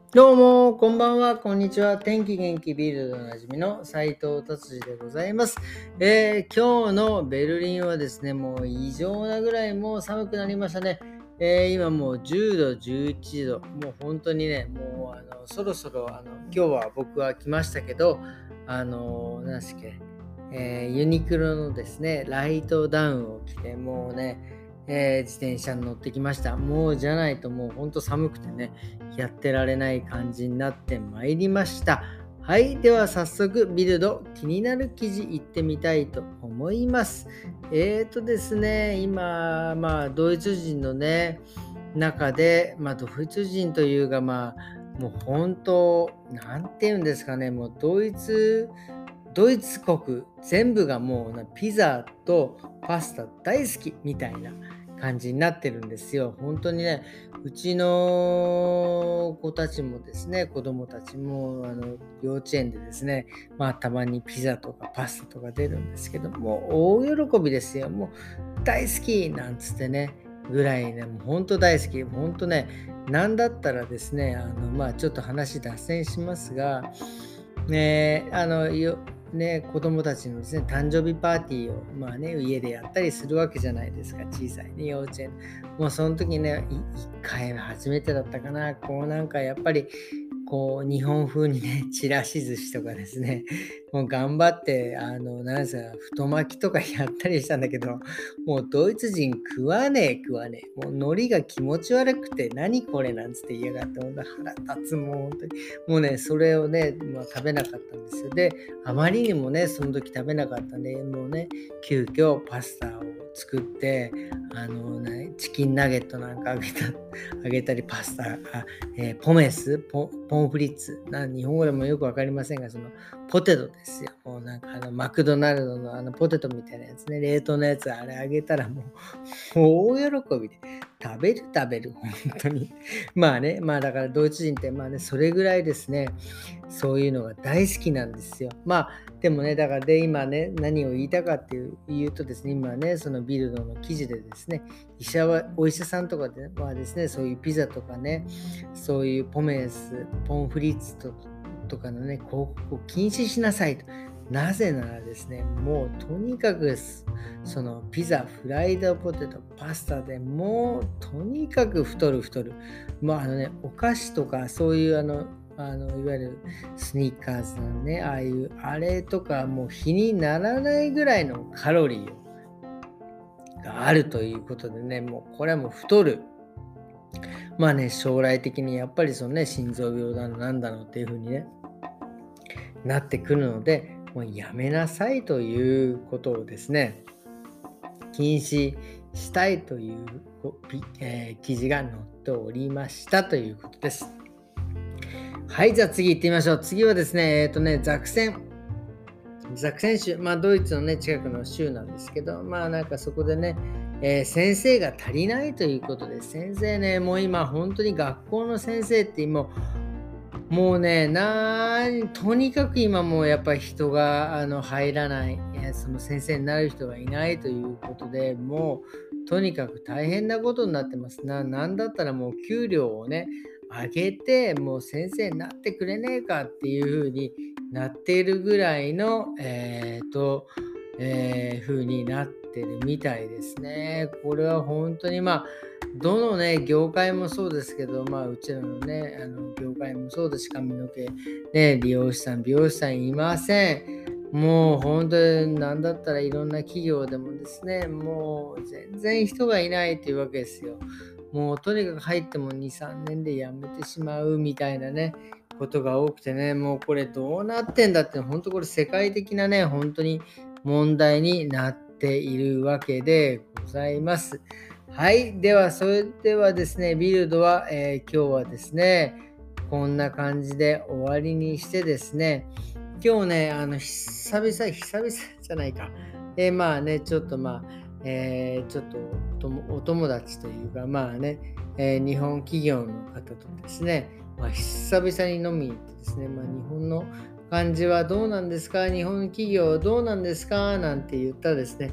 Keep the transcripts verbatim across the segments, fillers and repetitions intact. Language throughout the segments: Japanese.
どうも、こんばんは、こんにちは。天気元気ビルドでおなじみの斉藤達治でございます。えー今日のベルリンはですね、もう異常なぐらいもう寒くなりましたね。えー今もうじゅうど、じゅういちど、もう本当にね、もうあのそろそろあの今日は僕は来ましたけど、あの何ですっけ、えーユニクロのですね、ライトダウンを着て、もうね、えー自転車に乗ってきました。もうじゃないともう本当寒くてね、やってられない感じになってまいりました。はい、では早速ビルド気になる記事いってみたいと思います。えーとですね、今、まあ、ドイツ人のね、中で、まあ、ドイツ人というか、まあ、もう本当、なんて言うんですかね、もうドイツ、ドイツ国全部がもうなピザとパスタ大好きみたいな感じになってるんですよ。本当にね、うちの子たちもですね、子供たちもあの幼稚園でですね、まあたまにピザとかパスタとか出るんですけども、大喜びですよ。もう大好きなんつってね、ぐらいね、もう本当大好き。本当ね、なんだったらですね、あの、まあちょっと話脱線しますが、ね、あの、よね、子供たちのですね、誕生日パーティーを、まあね、家でやったりするわけじゃないですか、小さいね、幼稚園。もうその時ね、いいっかい初めてだったかな、こうなんかやっぱり、こう日本風にね、ちらし寿司とかですね、もう頑張って、あの、なんせ太巻きとかやったりしたんだけど、もうドイツ人食わねえ食わねえ。もう海苔が気持ち悪くて、何これなんつって嫌がって、ほんと腹立つ、もう本当に。もうね、それをね、まあ、食べなかったんですよ。で、あまりにもね、その時食べなかったんで、もうね、急遽パスタを作って、あのね、チキンナゲットなんかあげた、あげたり、パスタ、あえーポメスポ、ポンフリッツな、日本語でもよくわかりませんが、そのポテトですよ。もうなんかあのマクドナルドのあのポテトみたいなやつね、冷凍のやつ、あれあげたらもう、もう大喜びで、食べる食べる、本当に。まあね、まあだからドイツ人ってまあね、それぐらいですね、そういうのが大好きなんですよ。まあでもね、だからで今ね、何を言いたかっていう言うとですね、今ね、そのビルドの記事でですね、医者は、お医者さんとかではですね、そういうピザとかね、そういうポメス、ポンフリッツととかのね、広告を禁止しなさいと。なぜならですね、もうとにかくすそのピザ、フライドポテト、パスタでもうとにかく太る太る。まああのね、お菓子とかそういうあの、あのいわゆるスニーカーズのね、ああいうあれとかもう比にならないぐらいのカロリーがあるということでね、もうこれはもう太る。まあね、将来的にやっぱりそのね、心臓病だのなんだのっていう風にね、なってくるので、もうやめなさいということをですね、禁止したいというこピえー記事が載っておりましたということです。はい、じゃあ次行ってみましょう。次はですね、えっ、とね、ザクセン。ザクセン州、まあドイツのね、近くの州なんですけど、まあなんかそこでね、えー先生が足りないということで、先生ね、もう今本当に学校の先生って今、もうね、なんとにかく今もうやっぱり人があの入らない、え、その先生になる人がいないということで、もうとにかく大変なことになってます。ななんだったらもう給料をね、上げて、もう先生になってくれねえかっていう風になっているぐらいの、えっと、えー風になってるみたいですね。これは本当にまあどのね、業界もそうですけど、まあ、うちらのね、あの業界もそうですし、髪の毛、ね、理容師さん、美容師さんいません。もう本当になんだったらいろんな企業でもですね、もう全然人がいないというわけですよ。もうとにかく入ってもに、さんねんで辞めてしまうみたいなね、ことが多くてね、もうこれどうなってんだって、本当これ世界的なね、本当に問題になっているわけでございます。はい。では、それではですね、ビルドは、えー今日はですね、こんな感じで終わりにしてですね、今日ね、あの、久々、久々じゃないか。えーまあね、ちょっとまあ、えーちょっとお友お友達というか、まあね、えー日本企業の方とですね、まあ、久々に飲みに行ってですね、まあ、日本の感じはどうなんですか、日本企業どうなんですかなんて言ったらですね、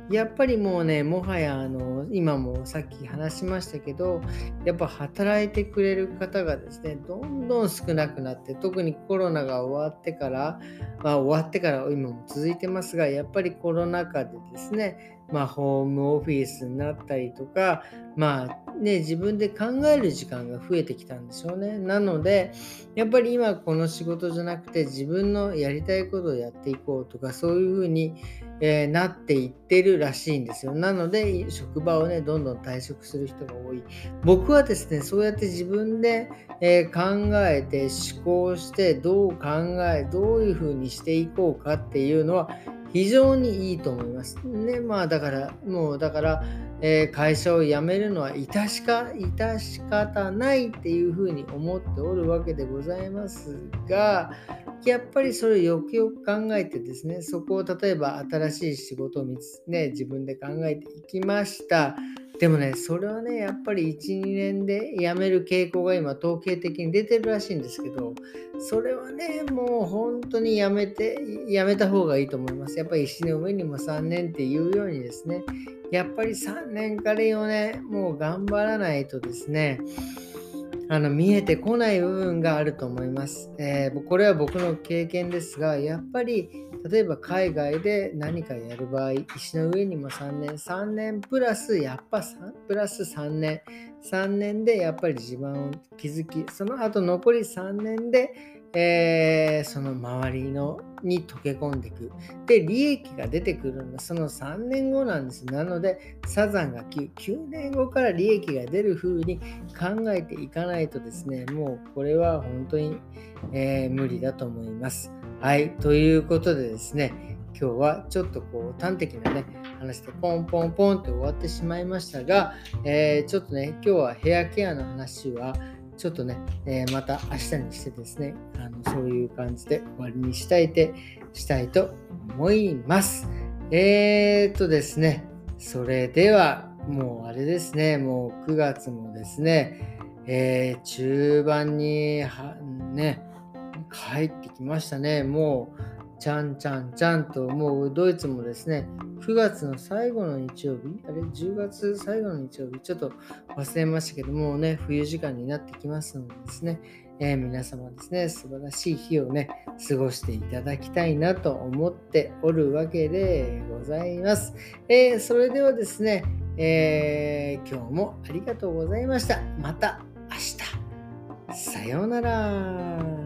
やっぱりもうね、もはやあの、今もさっき話しましたけど、やっぱ働いてくれる方がですね、どんどん少なくなって、特にコロナが終わってから、まあ、終わってから今も続いてますが、やっぱりコロナ禍でですね、まあ、ホームオフィスになったりとか、まあね、自分で考える時間が増えてきたんでしょうね。なので、やっぱり今この仕事じゃなくて自分のやりたいことをやっていこうとか、そういうふうにえーなっていってるらしいんですよ。なので、職場をね、どんどん退職する人が多い。僕はですね、そうやって自分で、えー考えて思考して、どう考え、どういうふうにしていこうかっていうのは非常にいいと思います。ね、まあだから、もうだから、えー会社を辞めるのは致しか、致し方ないっていうふうに思っておるわけでございますが、やっぱりそれをよくよく考えてですね、そこを例えば新しい仕事を見つね、自分で考えていきました。でもね、それはね、やっぱりいち、にねんで辞める傾向が今統計的に出てるらしいんですけど、それはね、もう本当にやめて、やめた方がいいと思います。やっぱり石の上にもさんねんっていうようにですね、やっぱりさんねんからよねん、もう頑張らないとですね、あの見えてこない部分があると思います。えーこれは僕の経験ですが、やっぱり例えば海外で何かやる場合、石の上にもさんねん、さんねんプラスやっぱさんプラスさんねん、さんねんでやっぱり地盤を築き、その後残りさんねんで、えーその周りのに溶け込んでいく。で、利益が出てくるのはそのさんねんごなんです。なので、サザンがきゅう、きゅうねんごから利益が出る風に考えていかないとですね、もうこれは本当に、えー無理だと思います。はい、ということでですね、今日はちょっとこう端的なね、話でポンポンポンって終わってしまいましたが、えーちょっとね、今日はヘアケアの話は、ちょっとね、えーまた明日にしてですね、あのそういう感じで終わりにしたいてしたいと思います。えーっとですね、それでは、もうあれですね、もうくがつもですね、えー中盤にはね、帰ってきましたね。もう、ちゃんちゃんちゃんと、もうドイツもですね、くがつの最後の日曜日、あれ、じゅうがつ最後の日曜日、ちょっと忘れましたけどもうね、冬時間になってきますのでですね、えー皆様ですね、素晴らしい日をね、過ごしていただきたいなと思っておるわけでございます。えーそれではですね、えー今日もありがとうございました。また明日。さようなら。